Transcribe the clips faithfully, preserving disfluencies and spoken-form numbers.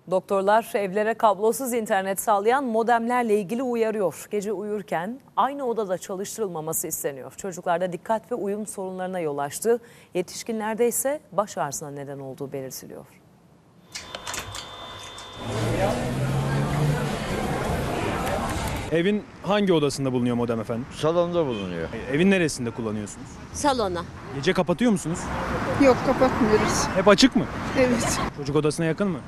Doktorlar evlere kablosuz internet sağlayan modemlerle ilgili uyarıyor. Gece uyurken aynı odada çalıştırılmaması isteniyor. Çocuklarda dikkat ve uyum sorunlarına yol açtı. Yetişkinlerde ise baş ağrısına neden olduğu belirtiliyor. Evin hangi odasında bulunuyor modem efendim? Salonda bulunuyor. Evin neresinde kullanıyorsunuz? Salona. Gece kapatıyor musunuz? Yok, kapatmıyoruz. Hep açık mı? Evet. Çocuk odasına yakın mı?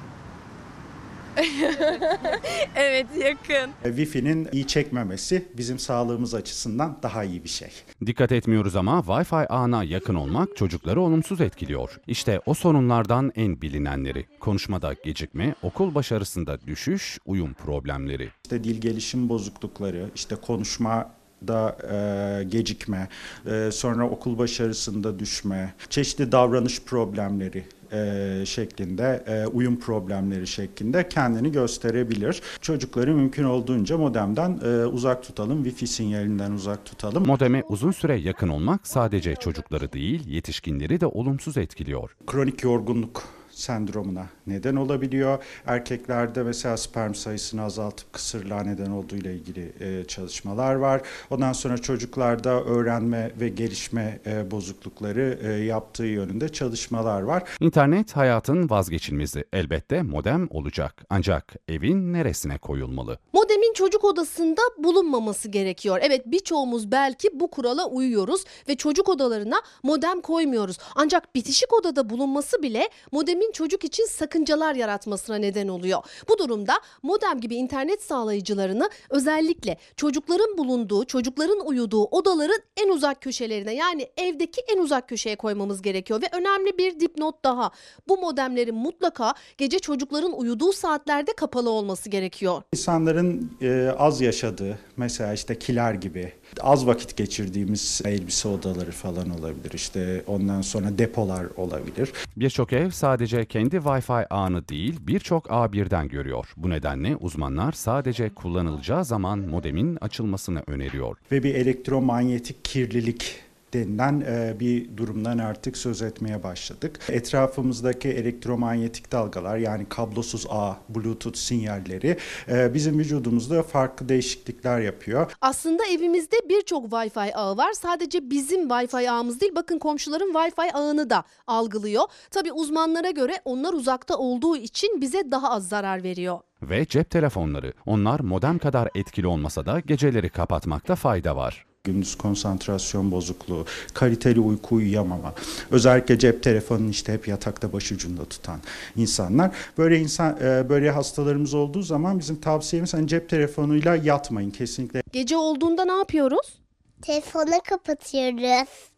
Evet, yakın. Wi-Fi'nin iyi çekmemesi bizim sağlığımız açısından daha iyi bir şey. Dikkat etmiyoruz ama Wi-Fi ağına yakın olmak çocukları olumsuz etkiliyor. İşte o sorunlardan en bilinenleri. Konuşmada gecikme, okul başarısında düşüş, uyum problemleri. İşte dil gelişim bozuklukları, işte konuşma da e, gecikme, e, sonra okul başarısında düşme, çeşitli davranış problemleri e, şeklinde, e, uyum problemleri şeklinde kendini gösterebilir. Çocukları mümkün olduğunca modemden e, uzak tutalım, Wi-Fi sinyalinden uzak tutalım. Modeme uzun süre yakın olmak sadece çocukları değil, yetişkinleri de olumsuz etkiliyor. Kronik yorgunluk sendromuna neden olabiliyor. Erkeklerde mesela sperm sayısını azaltıp kısırlığa neden olduğu ile ilgili e, çalışmalar var. Ondan sonra çocuklarda öğrenme ve gelişme e, bozuklukları e, yaptığı yönünde çalışmalar var. İnternet hayatın vazgeçilmezi. Elbette modem olacak. Ancak evin neresine koyulmalı? Modemin çocuk odasında bulunmaması gerekiyor. Evet, birçoğumuz belki bu kurala uyuyoruz ve çocuk odalarına modem koymuyoruz. Ancak bitişik odada bulunması bile modemin çocuk için sakıncalar yaratmasına neden oluyor. Bu durumda modem gibi internet sağlayıcılarını özellikle çocukların bulunduğu, çocukların uyuduğu odaların en uzak köşelerine, yani evdeki en uzak köşeye koymamız gerekiyor. Ve önemli bir dipnot daha. Bu modemlerin mutlaka gece çocukların uyuduğu saatlerde kapalı olması gerekiyor. İnsanların e, az yaşadığı, mesela işte kiler gibi az vakit geçirdiğimiz elbise odaları falan olabilir. İşte ondan sonra depolar olabilir. Birçok ev sadece kendi Wi-Fi ağını değil, birçok ağ birden görüyor. Bu nedenle uzmanlar sadece kullanılacağı zaman modemin açılmasını öneriyor. Ve bir elektromanyetik kirlilik denilen bir durumdan artık söz etmeye başladık. Etrafımızdaki elektromanyetik dalgalar, yani kablosuz ağ, Bluetooth sinyalleri bizim vücudumuzda farklı değişiklikler yapıyor. Aslında evimizde birçok Wi-Fi ağı var. Sadece bizim Wi-Fi ağımız değil, bakın komşuların Wi-Fi ağını da algılıyor. Tabii uzmanlara göre onlar uzakta olduğu için bize daha az zarar veriyor. Ve cep telefonları. Onlar modem kadar etkili olmasa da geceleri kapatmakta fayda var. Gündüz konsantrasyon bozukluğu, kaliteli uyku uyuyamama, özellikle cep telefonunu işte hep yatakta başucunda tutan insanlar. Böyle insan böyle hastalarımız olduğu zaman bizim tavsiyemiz hani cep telefonuyla yatmayın kesinlikle. Gece olduğunda ne yapıyoruz? Telefonu kapatıyoruz.